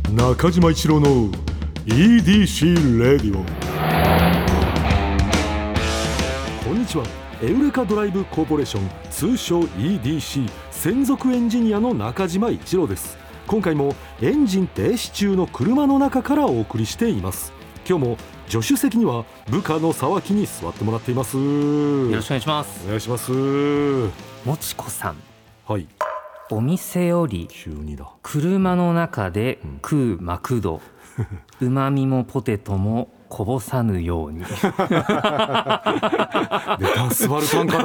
中島一郎の EDC レディオ。こんにちは。エウレカドライブコーポレーション、通称 EDC 専属エンジニアの中島一郎です。今回もエンジン停止中の車の中からお送りしています。今日も助手席には部下の沢木に座ってもらっています。よろしくお願いします。 お願いします。 もちこさん、 はい。 お店より急にだ。 車の中で食うマクド、うまみもポテトもこぼさぬように。 出た、スバルタンか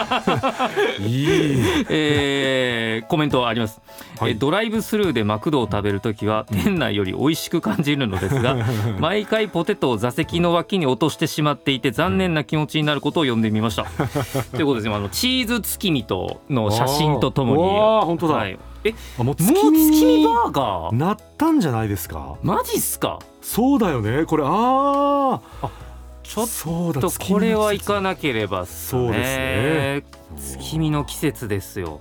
ないい、 コメントあります、 はい。 ドライブスルーでマクドを食べるときは店内より美味しく感じるのですが、毎回ポテトを座席の脇に落としてしまっていて残念な気持ちになることを読んでみました。ということですね、チーズ月見との写真とともに。 本当だ、 はい、 もう月見バーガーなったんじゃないですか。 マジっすか。 そうだよね、これ。 ちょっとこれは行かなければっすね。 そうですね、 月見の季節ですよ。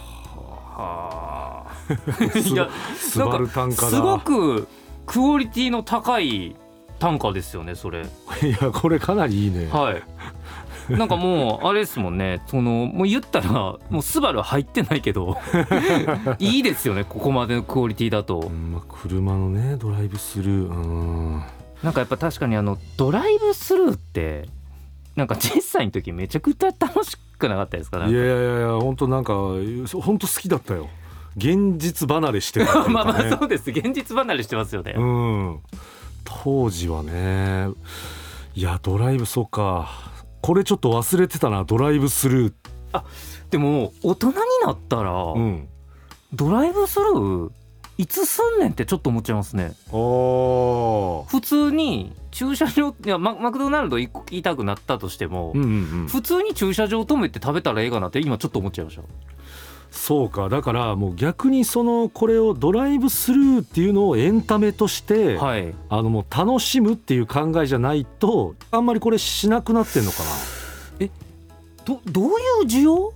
はあ、いや、 スバルタンかな。 すごくクオリティの高い単価ですよね、それ。 いや、これかなりいいね。 はい。なんかもうあれですもんね、もう言ったらもうスバル入ってないけどいいですよね、ここまでのクオリティだと。 車のね、ドライブスルー、 なんかやっぱ確かにドライブスルーってなんか10歳の時めちゃくちゃ楽しくなかったですか。 いやいやいや、本当なんか本当好きだったよ。現実離れしてた、ね、 まあまあそうです、現実離れしてますよね。 当時はね。いや、ドライブ、そうか、これちょっと忘れてたな、ドライブスルー。 でも大人になったら、ドライブスルーいつすんねんってちょっと思っちゃいますね。普通に駐車場、いや、マクドナルド行きたくなったとしても、普通に駐車場止めて食べたらええかなって今ちょっと思っちゃいました。 そうか、だからもう逆にこれをドライブスルーっていうのをエンタメとして、 はい、 もう楽しむっていう考えじゃないとあんまりこれしなくなってんのかな。 どういう需要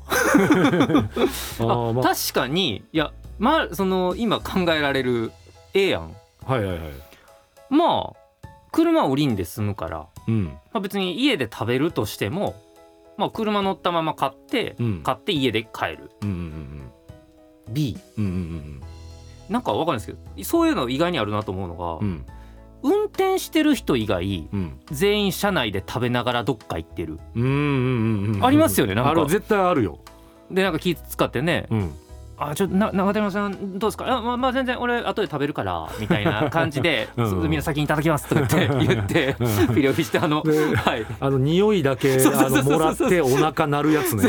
確かに、いや、今考えられるやん。まあ車降りんで済むから、別に家で食べるとしても、車乗ったまま買って家で帰る、B、なんか分かんないですけど、そういうの意外にあるなと思うのが、運転してる人以外、全員車内で食べながらどっか行ってる、ありますよね。なんか絶対あるよ。 で、なんか気使ってね、ちょっと中島さんどうですか。全然俺後で食べるからみたいな感じでみんな先にいただきますとかって言ってピリオピして匂いだけもらってお腹鳴るやつね。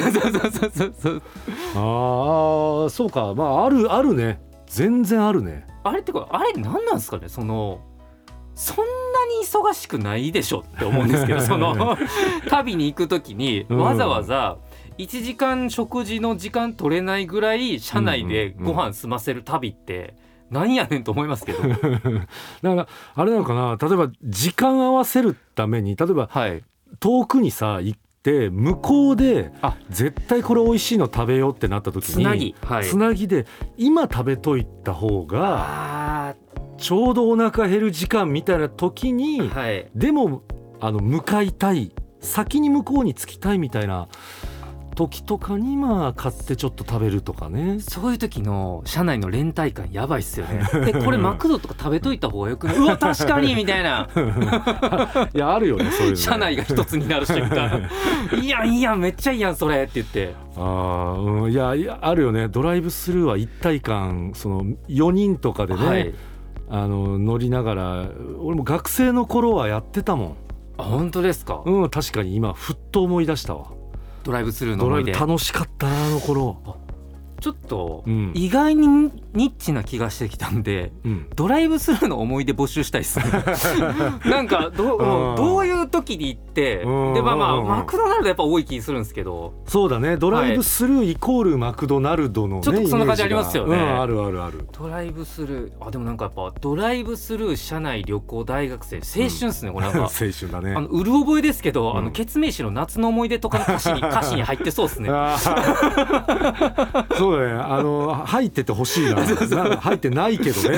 そうか、あるね、全然あるね。 あれって何なんですかね。そんなに忙しくないでしょって思うんですけど、旅に行くときにわざわざ1時間食事の時間取れないぐらい車内でご飯済ませる旅ってなんやねんと思いますけど。 なんかあれなのかな、例えば時間合わせるために、例えば、遠くにさ行って向こうで絶対これ美味しいの食べようってなった時につなぎで今食べといた方がちょうどお腹減る時間みたいな時に、でも向かいたい、先に向こうに着きたいみたいな時とかに買ってちょっと食べるとかね。 そういう時の車内の連帯感やばいっすよね。これマクドとか食べといた方がよくない？うわ、確かにみたいな。 いや、あるよね、そういうのね。 車内が一つになる瞬間いいやんめっちゃいいやんそれって言って。 いやあるよね。ドライブスルーは一体感、4人とかでね、乗りながら、俺も学生の頃はやってたもん。 本当ですか。 確かに今ふっと思い出したわ。 ドライブスルーの思い出。 楽しかったな、あの頃。 ちょっと意外にニッチな気がしてきたんで、ドライブスルーの思い出募集したいですね。なんかどういう時に行って、でマクドナルドやっぱ多い気するんですけど。 そうだね、ドライブスルーイコールマクドナルドのね、 ちょっとそんな感じありますよね。 ある。 ドライブスルー、でもなんかやっぱドライブスルー社内旅行大学生青春っすね、これ。なんか青春だね。 うる覚えですけど、ケツメイシの夏の思い出とかの歌詞に入ってそうですね。 そうそうね、入っててほしいな。入ってないけどね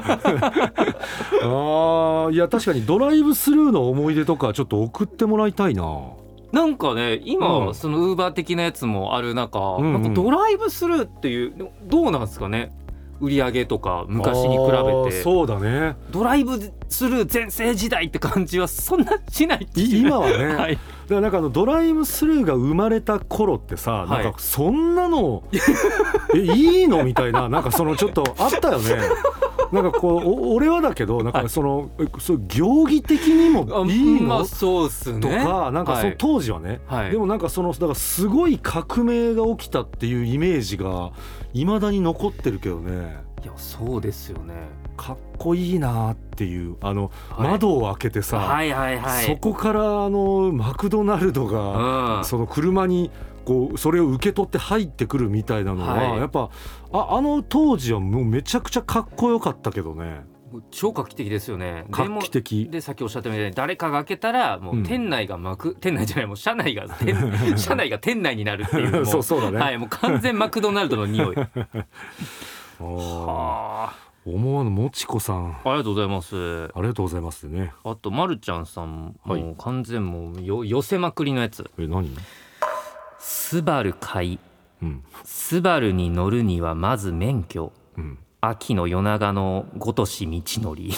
いや確かにドライブスルーの思い出とかちょっと送ってもらいたいな。 なんかね今、そのウーバー的なやつもある中、なんかドライブスルーっていうどうなんですかね、売り上げとか昔に比べて。 そうだね、 ドライブスルー全盛時代って感じはそんなしないっていう。 今はね、はい、だからなんかドライブスルーが生まれた頃ってさ、なんかそんなのいいのみたいな、なんかそのちょっとあったよね。なんかこう俺はだけどなんかそう行儀的にもいいの、 そうっすね、 とかなんかその当時はね、でもなんかだからすごい革命が起きたっていうイメージが未だに残ってるけどね。 いやそうですよね、 かっこいいなっていう窓を開けてさ、そこからマクドナルドがその車にこうそれを受け取って入ってくるみたいなのは、やっぱ当時はもうめちゃくちゃかっこよかったけどね。 超画期的ですよね。 画期的でさっきおっしゃったみたいに誰かが開けたらもう店内が店内じゃない、もう車内が店内になるっていうそうだね、 はい、もう完全マクドナルドの匂い思わぬもちこさん、 ありがとうございます。 ありがとうございますね。 あとまるちゃんさんもう完全もう寄せまくりのやつ。 何？ スバル買い、スバルに乗るにはまず免許、秋の夜長のごとし道のり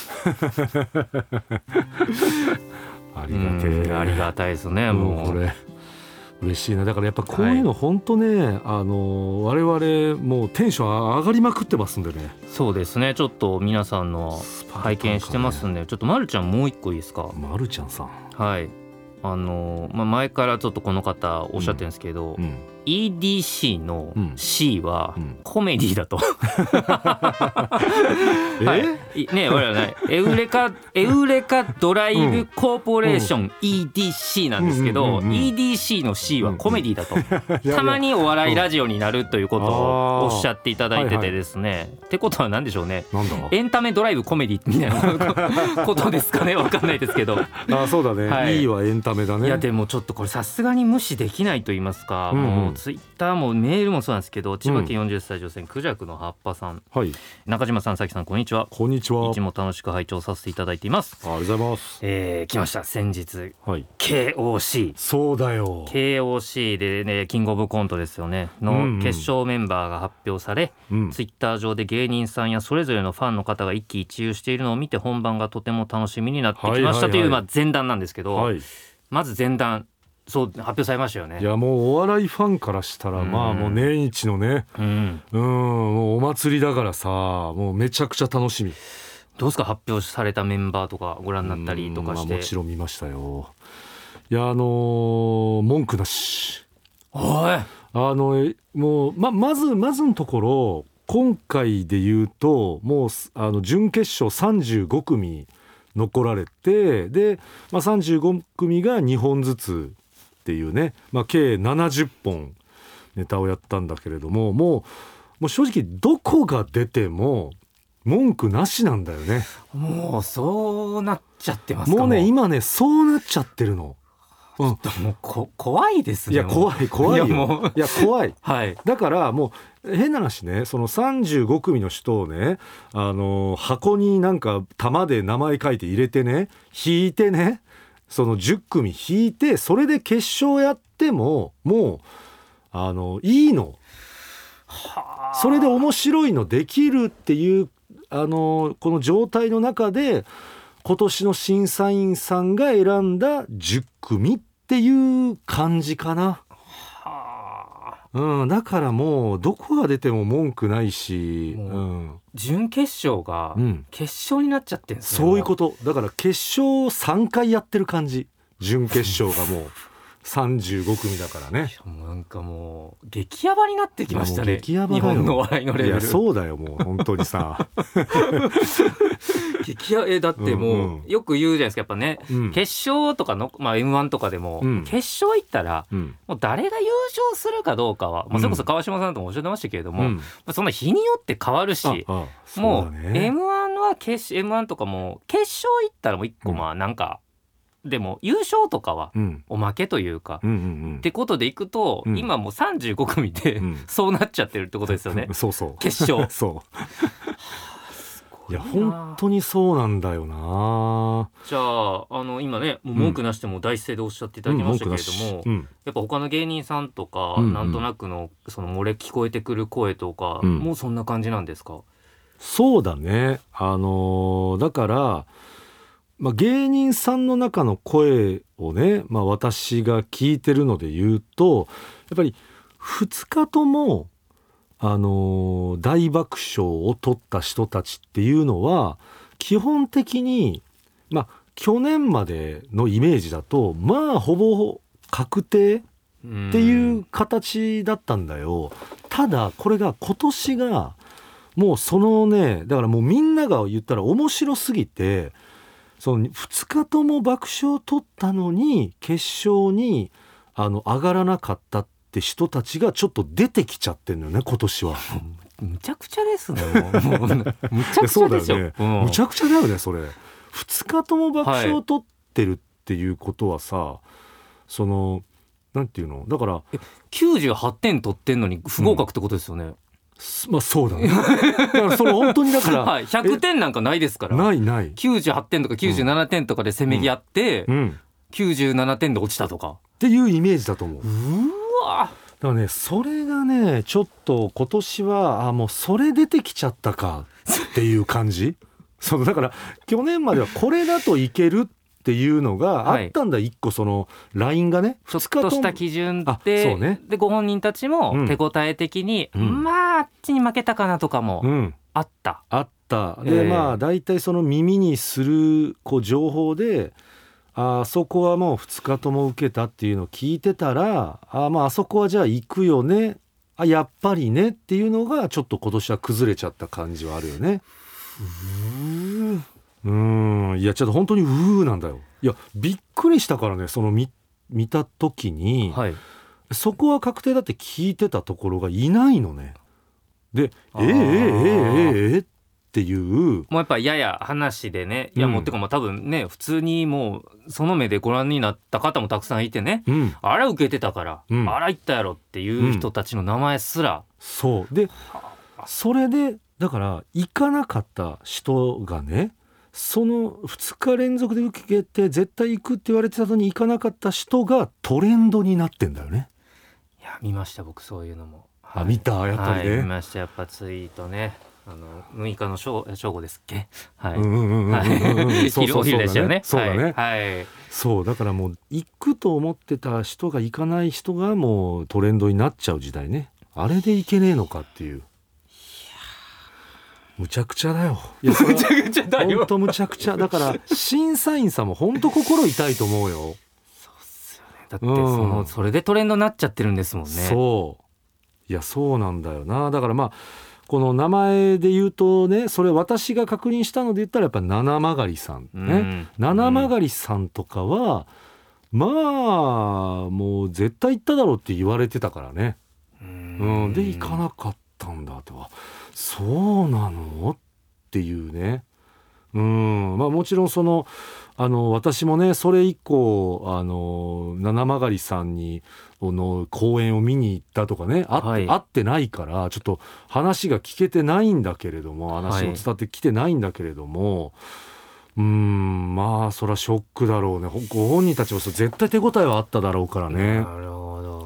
ありがてえ、 ありがたいですね。もうこれ嬉しいな。だからやっぱこういうの本当ね、我々もうテンション上がりまくってますんでね。 そうですね、ちょっと皆さんの拝見してますんで、ちょっとまるちゃんもう一個いいですか。 まるちゃんさん、 はい、前からちょっとここの方おっしゃってるんですけど、EDC の C はコメディだと、ね、我々ねエウレカドライブコーポレーション EDC なんですけど、EDC の C はコメディだとたまにお笑いラジオになるということをおっしゃっていただいててですね、ってことは何でしょうね、エンタメドライブコメディみたいなことですかね、分かんないですけど。 そうだね、いいわエンタメだね。 いやでもちょっとこれさすがに無視できないと言いますか、もうツイッターもメールもそうなんですけど、千葉県40歳女性クジャクの葉っぱさん、中島さん、さきさん、こんにちは。 こんにちは。 いつも楽しく拝聴させていただいています。 ありがとうございます。 来ました先日、KOC。 そうだよ、 KOC でね、キングオブコントですよねの決勝メンバーが発表され、ツイッター上で芸人さんやそれぞれのファンの方が一喜一憂しているのを見て、本番がとても楽しみになってきましたという前段なんですけど、まず前段そう発表されましたよね。 いやもうお笑いファンからしたら、まあもう年一のね、もうお祭りだからさ、もうめちゃくちゃ楽しみ。 どうですか、発表されたメンバーとかご覧になったりとかして。 もちろん見ましたよ。いや文句なし。もうまずのところ、今回で言うともう準決勝35組残られて、で、35組が2本ずつっていうね、計70本ネタをやったんだけれども、もう正直どこが出ても文句なしなんだよね。 もうそうなっちゃってますか。 もうね今ねそうなっちゃってるの。 もう怖いですね。 いや怖いよ。いや怖い、だからもう変な話ね、その35組の人をね、箱になんか玉で名前書いて入れてね、引いてね、その10組引いて、それで決勝やってももういいの。それで面白いのできるっていうこの状態の中で、今年の審査員さんが選んだ10組っていう感じかな。だからもうどこが出ても文句ないし、 準決勝が決勝になっちゃってるんですね。 そういうこと。だから決勝3回やってる感じ。準決勝がもう35組だからね。 なんかもう激ヤバになってきましたね。 激ヤバ日本の笑いのレベル。 いやそうだよ、もう本当にさ激ヤバだってもう、よく言うじゃないですか、やっぱね、決勝とかの、M1 とかでも、決勝行ったら、もう誰が優勝するかどうかは、それこそ川島さんともおっしゃってましたけれども、そんな日によって変わるし、もう M1 とかも決勝行ったらもう一個なんかでも優勝とかはおまけというか、ってことでいくと、今もう35組で、そうなっちゃってるってことですよね。 そう決勝そういや本当にそうなんだよな。 じゃあ今ねもう文句なしでも第一声でおっしゃっていただきましたけれども、やっぱ他の芸人さんとか、なんとなくのその漏れ聞こえてくる声とか、もうそんな感じなんですか？ そうだね。だから、芸人さんの中の声をね、私が聞いてるので言うと、やっぱり2日とも大爆笑を取った人たちっていうのは基本的に去年までのイメージだとほぼ確定っていう形だったんだよ。ただこれが今年がもうそのね、だからもうみんなが言ったら面白すぎて、その2日とも爆笑を取ったのに決勝に上がらなかったって人たちがちょっと出てきちゃってるのよね今年は。 むちゃくちゃですね。もうむちゃくちゃですよ。 むちゃくちゃだよねそれ。2日とも爆笑を取ってるっていうことはさ、そのなんていうの、だから 98点取ってんのに不合格ってことですよね。 そうだね。だからその本当にだから、 100点なんかないですから。 ない 98点とか97点とかでせめぎ合って、97点で落ちたとかっていうイメージだと思う。 うわ。 だからね、それがねちょっと今年はもうそれ出てきちゃったかっていう感じ。だから去年まではこれだといけるっていうのがあったんだ、一個そのラインがね、 ちょっとした基準で、そうね、でご本人たちも手応え的に、あっちに負けたかなとかもあった、 でだいたいその耳にする情報でそこはもう2日とも受けたっていうのを聞いてたらあそこはじゃあ行くよね、やっぱりねっていうのがちょっと今年は崩れちゃった感じはあるよね。いやちょっと本当になんだよ。いやびっくりしたからね、その 見た時に、そこは確定だって聞いてたところがいないのね。でっていう、 もうやっぱやや話でね、いやもうてか多分ね普通にもうその目でご覧になった方もたくさんいてね、あら受けてたから、あら行ったやろっていう人たちの名前すら、 そうでそれでだから行かなかった人がね、その2日連続で受けて絶対行くって言われてたのに行かなかった人がトレンドになってんだよね。 いや見ました僕そういうのも。 見たやっぱりね、 見ました。やっぱツイートね、6日の正午ですっけ、 そう昼でしたよね。 そうだね、そうだからもう行くと思ってた人が行かない人がもうトレンドになっちゃう時代ね。あれで行けねえのかっていう。むちゃくちゃだよ。 むちゃくちゃだよ。 本当むちゃくちゃだから審査員さんも本当心痛いと思うよ。そうっすよね。だってそれでトレンドになっちゃってるんですもんね。 いやそうなんだよな。だからこの名前で言うとね、それ私が確認したので言ったらやっぱ七曲さんね、七曲さんとかはもう絶対行っただろうって言われてたからね。で行かなかったんだとは、そうなのっていうね。もちろん私もねそれ以降七曲さんに公演を見に行ったとかね、会ってないからちょっと話が聞けてないんだけれども、話も伝わってきてないんだけれども、そりゃショックだろうね。ご本人たちも絶対手応えはあっただろうからね。 なるほど。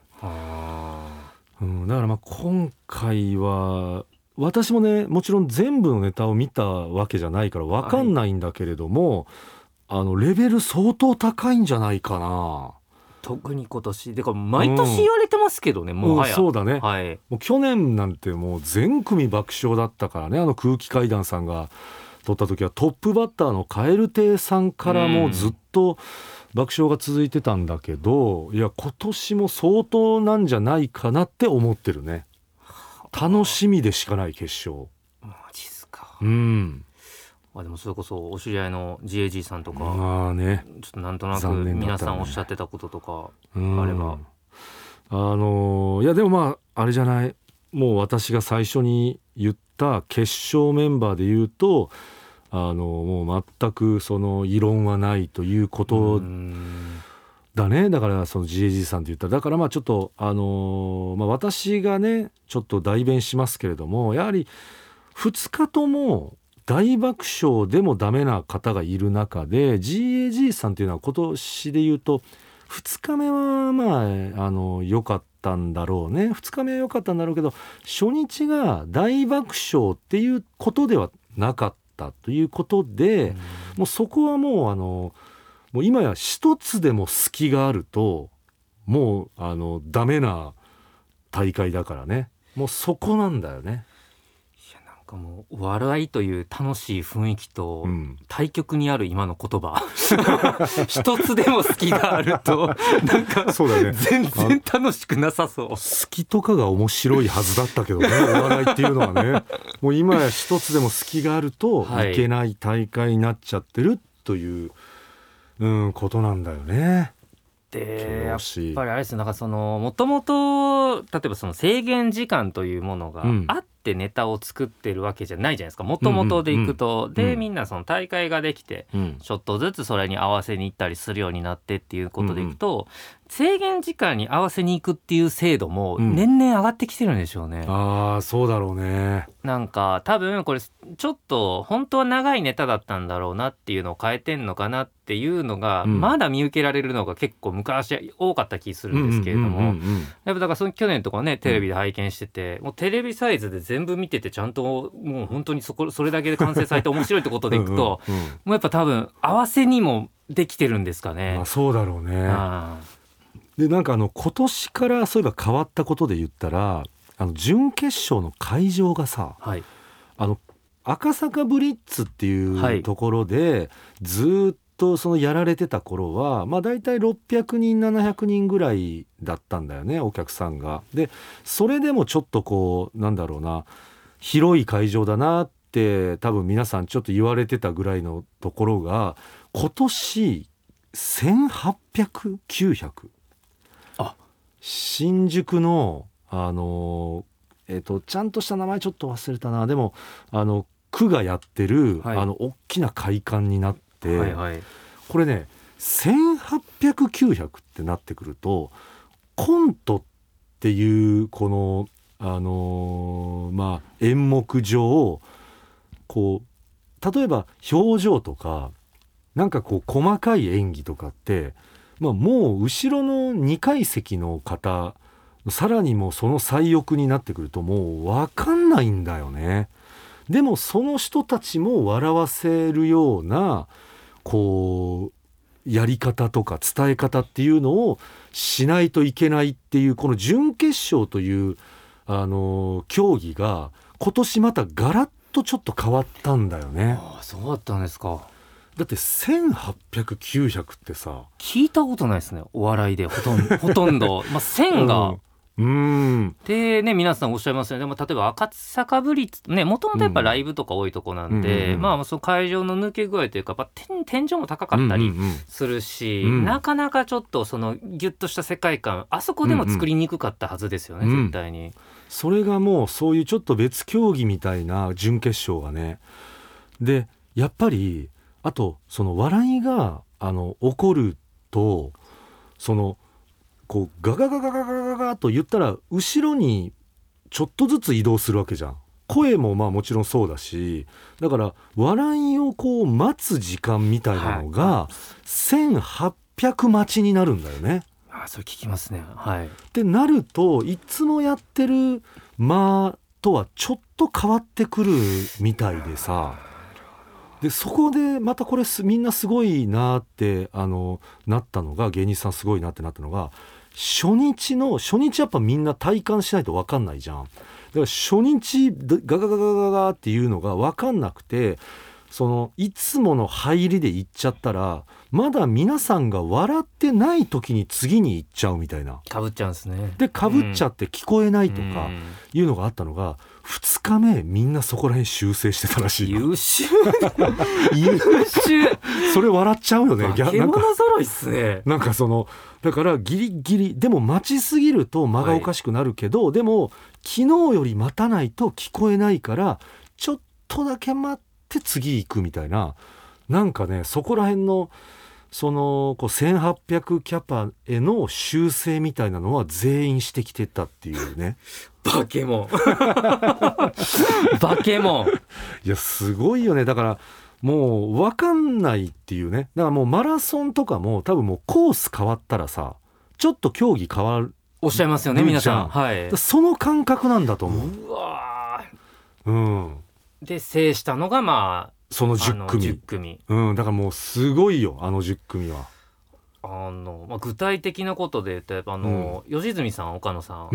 だから今回は私もねもちろん全部のネタを見たわけじゃないから分かんないんだけれども、レベル相当高いんじゃないかな。 特に今年でか毎年言われてますけどね、もはや。 そうだね、もう去年なんてもう全組爆笑だったからね。空気階段さんが撮った時はトップバッターの蛙亭さんからもずっと爆笑が続いてたんだけど、いや今年も相当なんじゃないかなって思ってるね。楽しみでしかない決勝。 マジっすか。 でもそれこそお知り合いの GAG さんとか、ちょっとなんとなく皆さんおっしゃってたこととかあれば。 いやでもあれじゃない、もう私が最初に言った決勝メンバーで言うともう全くその異論はないということだね。だからその GAG さんって言ったら、だからまあちょっと私がねちょっと代弁しますけれども、やはり2日とも大爆笑でもダメな方がいる中で GAG さんっていうのは今年で言うと2日目はまあ良かったんだろうね。2日目は良かったんだろうけど、初日が大爆笑っていうことではなかったということで、もうそこはもう今や一つでも隙があるともうダメな大会だからね。もうそこなんだよね。 いやなんかもう笑いという楽しい雰囲気と対極にある今の言葉、一つでも隙があるとなんかそうだ、ね、全然楽しくなさそう。 隙とかが面白いはずだったけどねお笑いっていうのはねもう今や一つでも隙があるといけない大会になっちゃってるという、ことなんだよね。 でやっぱりあれですね、なんかそのもともと例えばその制限時間というものがあってネタを作ってるわけじゃないじゃないですか、もともとでいくと。でみんなその大会ができてちょっとずつそれに合わせに行ったりするようになってっていうことでいくと、制限時間に合わせに行くっていう制度も年々上がってきてるんでしょうね。 ああそうだろうね。 なんか多分これちょっと本当は長いネタだったんだろうなっていうのを変えてんのかなっていうのがまだ見受けられるのが結構昔多かった気するんですけれども、やっぱだからその去年とかねテレビで拝見してて、もうテレビサイズで全部見ててちゃんともう本当にそれだけで完成されて面白いってことでいくともうやっぱ多分合わせにもできてるんですかね。 そうだろうね。でなんか今年からそういえば変わったことで言ったら準決勝の会場がさ、赤坂ブリッツっていうところでずっとそのやられてた頃はだいたい600人700人ぐらいだったんだよね、お客さんが。でそれでもちょっとこうなんだろうな、広い会場だなって多分皆さんちょっと言われてたぐらいのところが今年1800、900、新宿のちゃんとした名前ちょっと忘れたな。でも区がやってる、大きな会館になって、これね1800、900ってなってくるとコントっていうこの演目上こう例えば表情とかなんかこう細かい演技とかってもう後ろの2階席の方さらにもうその最奥になってくるともう分かんないんだよね。でもその人たちも笑わせるようなこうやり方とか伝え方っていうのをしないといけないっていうこの準決勝という競技が今年またガラッとちょっと変わったんだよね。 そうだったんですか。 だって1800、900ってさ聞いたことないですね、お笑いでほとんど1000が、でね皆さんおっしゃいますよね。でも例えば赤坂ブリッツね、もともとやっぱライブとか多いとこなんで、その会場の抜け具合というか天井も高かったりするし、なかなかちょっとそのギュッとした世界観あそこでも作りにくかったはずですよね、絶対に。 それがもうそういうちょっと別競技みたいな準決勝がね。でやっぱりあとその笑いが起こるとそのこうガガガガガガガガと言ったら後ろにちょっとずつ移動するわけじゃん。声ももちろんそうだし、だから笑いをこう待つ時間みたいなのが1800待ちになるんだよね。 それ聞きますね。 ってなるといつもやってるとはちょっと変わってくるみたいでさ。でそこでまたこれみんなすごいなってなったのが、芸人さんすごいなってなったのが初日やっぱみんな体感しないと分かんないじゃん。だから初日ガガガガガガっていうのが分かんなくて、そのいつもの入りで行っちゃったらまだ皆さんが笑ってない時に次に行っちゃうみたいな、 かぶっちゃうんですね。 でかぶっちゃって聞こえないとかいうのがあったのが、2日目みんなそこら辺修正してたらしい。 優秀それ笑っちゃうよね。 化け物揃いっすね。 なんかだからギリギリでも待ちすぎると間がおかしくなるけど、でも昨日より待たないと聞こえないからちょっとだけ待っって次行くみたいな、なんかねそこら辺のこう1800キャパへの修正みたいなのは全員してきてたっていうねバケモンバケモン、 いやすごいよね。だからもう分かんないっていうね。だからもうマラソンとかも多分もうコース変わったらさ、ちょっと競技変わるおっしゃいますよね皆さん、はい、 その感覚なんだと思う。 うわ、 うん、 で制したのがまあその10組、うん、だからもうすごいよ10組は。 具体的なことで言うとやっぱ吉住さん岡野さん、 うん、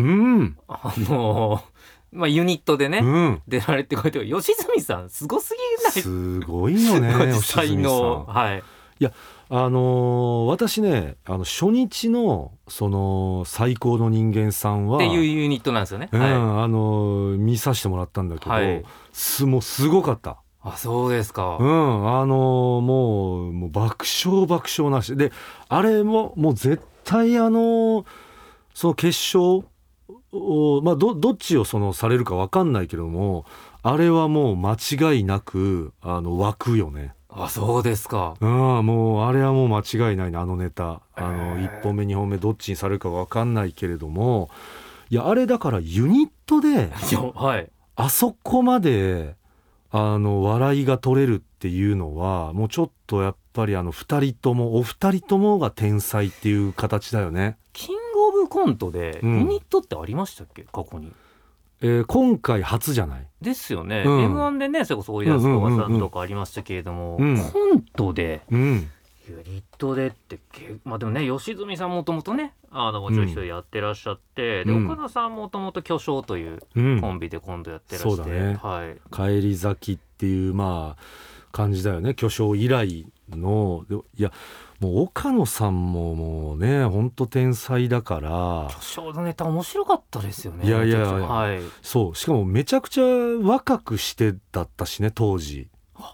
ユニットでね、 うん、 出られてこうやって吉住さんすごすぎない？ すごいよね吉住さん。 はい、 いや私ね初日のその最高の人間さんはっていうユニットなんですよね、 はい、見させてもらったんだけど、はい、もうすごかった。 あ、そうですか。 うん、もう爆笑なしで、あれもう絶対その決勝を、どっちをされるか分かんないけども、あれはもう間違いなく湧くよね。 あ、そうですか。 もうあれはもう間違いないね。ネタ1本目2本目どっちにされるか分かんないけれども、いやあれだからユニットではい、 あそこまで笑いが取れるっていうのはもうちょっとやっぱりお二人ともが天才っていう形だよね。 キングオブコントでユニットってありましたっけ、過去に。 今回初じゃないですよね、M1 でねそれこそ追い出す小川さんとかありましたけれども、コントで、ユニットでってでもね吉住さんもともとねもちろん一人やってらっしゃって、で岡田さんもともと巨匠というコンビで今度やってらして、 そうだね、 はい、 帰り咲きっていう感じだよね。巨匠以来の。いやもう岡野さんももうね本当天才だから。 巨匠のネタ面白かったですよね。 いや、 はい、 そう、しかもめちゃくちゃ若くしてだったしね当時。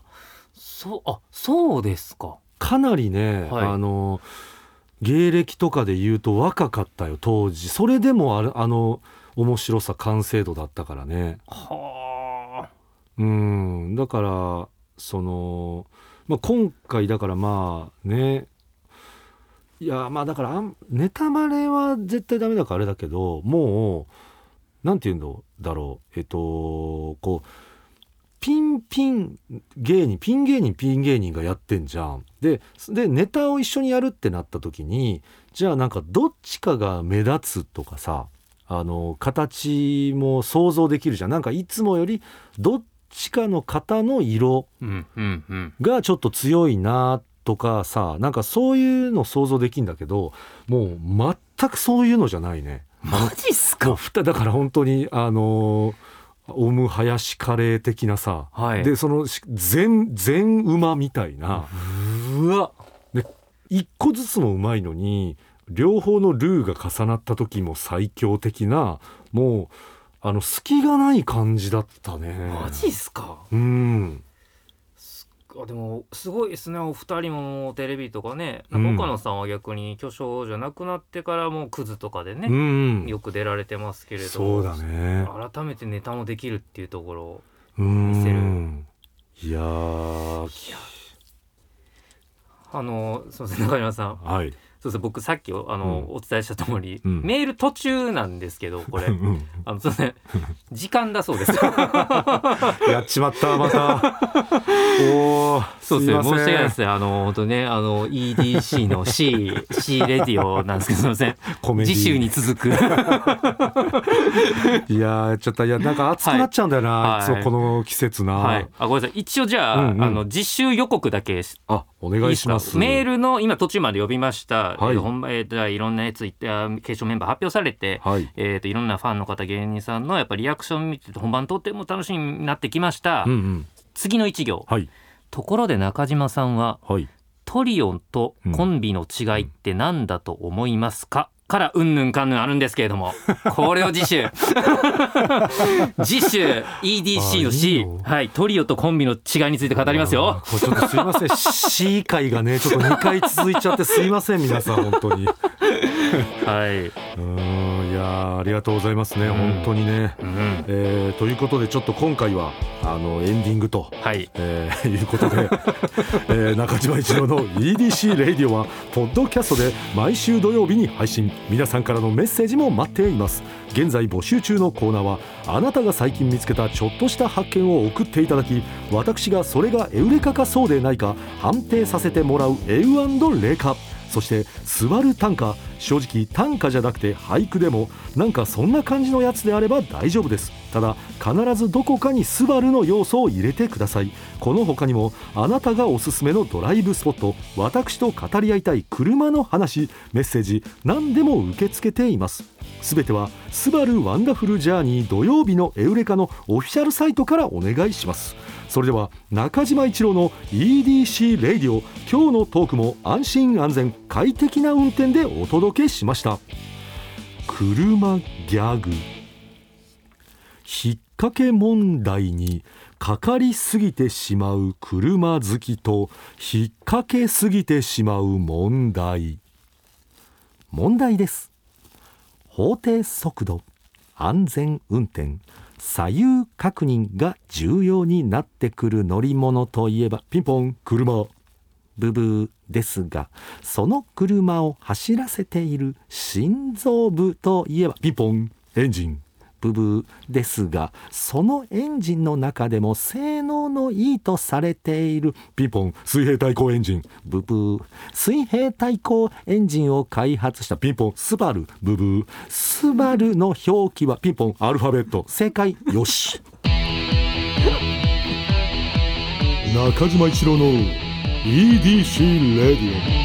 そうですか。 かなりね、はい、芸歴とかで言うと若かったよ当時。それでも面白さ完成度だったからね。 はあ。 だから今回だからね、いやだからネタバレは絶対ダメだからあれだけど、もうなんて言うんだろう、こうピン芸人がやってんじゃん。でネタを一緒にやるってなった時に、じゃあなんかどっちかが目立つとかさ、形も想像できるじゃん。なんかいつもよりどっちかの型の色がちょっと強いなとかさ、なんかそういうの想像できるんだけど、もう全くそういうのじゃないね。 マジっすか。 だから本当にオムハヤシカレー的なさ、はい、でその全うまみたいな、 うわで一個ずつもうまいのに両方のルーが重なった時も最強的な、もう隙がない感じだったね。 マジっすか。でもすごいですね。お二人もテレビとかね、なんか岡野さんは逆に巨匠じゃなくなってからもうクズとかでね、よく出られてますけれど、 そうだね、 改めてネタもできるっていうところを見せる。 いやすみません中島さん、 はい、 そうです。僕さっきお伝えした通り、メール途中なんですけど、これすいません時間だそうですやっちまったまたそうですね、申し訳ないですね。本当ねEDC の C レディオなんですけど、すみません次週に続くいやちょっとなんか暑くなっちゃうんだよな、はい、いつもこの季節な、 はい、ごめんなさい。一応じゃあ、次週予告だけお願いします。 メールの今途中まで呼びました、はい、本番いろんなツイッター決勝メンバー発表されて、はい、いろんなファンの方芸人さんのやっぱリアクション見てて本番とっても楽しみになってきました、次の一行、はい、ところで中島さんは、はい、トリオンとコンビの違いって何だと思いますか、からうんぬんかんぬんあるんですけれども、これを次週次週 EDC の C、はい、トリオとコンビの違いについて語りますよ。 ちょっとすいませんC 回がねちょっと2回続いちゃってすいません皆さん本当にはい。いややありがとうございますね、本当にね、ということでちょっと今回はエンディングと、いうことで、中島一郎の EDC レディオはポッドキャストで毎週土曜日に配信。皆さんからのメッセージも待っています。現在募集中のコーナーは、あなたが最近見つけたちょっとした発見を送っていただき、私がそれがエウレカかそうでないか判定させてもらうエウ&レカ。そしてスバル短歌、正直短歌じゃなくて俳句でもなんかそんな感じのやつであれば大丈夫です。ただ必ずどこかにスバルの要素を入れてください。この他にもあなたがおすすめのドライブスポット、私と語り合いたい車の話、メッセージ何でも受け付けています。すべてはスバルワンダフルジャーニー土曜日のエウレカのオフィシャルサイトからお願いします。それでは中島一郎の EDC レディオ、今日のトークも安心安全快適な運転でお届けしました。車ギャグ。引っ掛け問題にかかりすぎてしまう車好きと引っ掛けすぎてしまう問題です。法定速度、安全運転、左右確認が重要になってくる乗り物といえばピンポン、車。ブブーですが、その車を走らせている心臓部といえばピンポン、エンジン。ブブーですが、そのエンジンの中でも性能のいいとされているピンポン、水平対向エンジン。ブブー。水平対向エンジンを開発したピンポン、スバル。ブブー。スバルの表記はピンポン、アルファベット。正解。よし。中島一郎の EDC レディオ。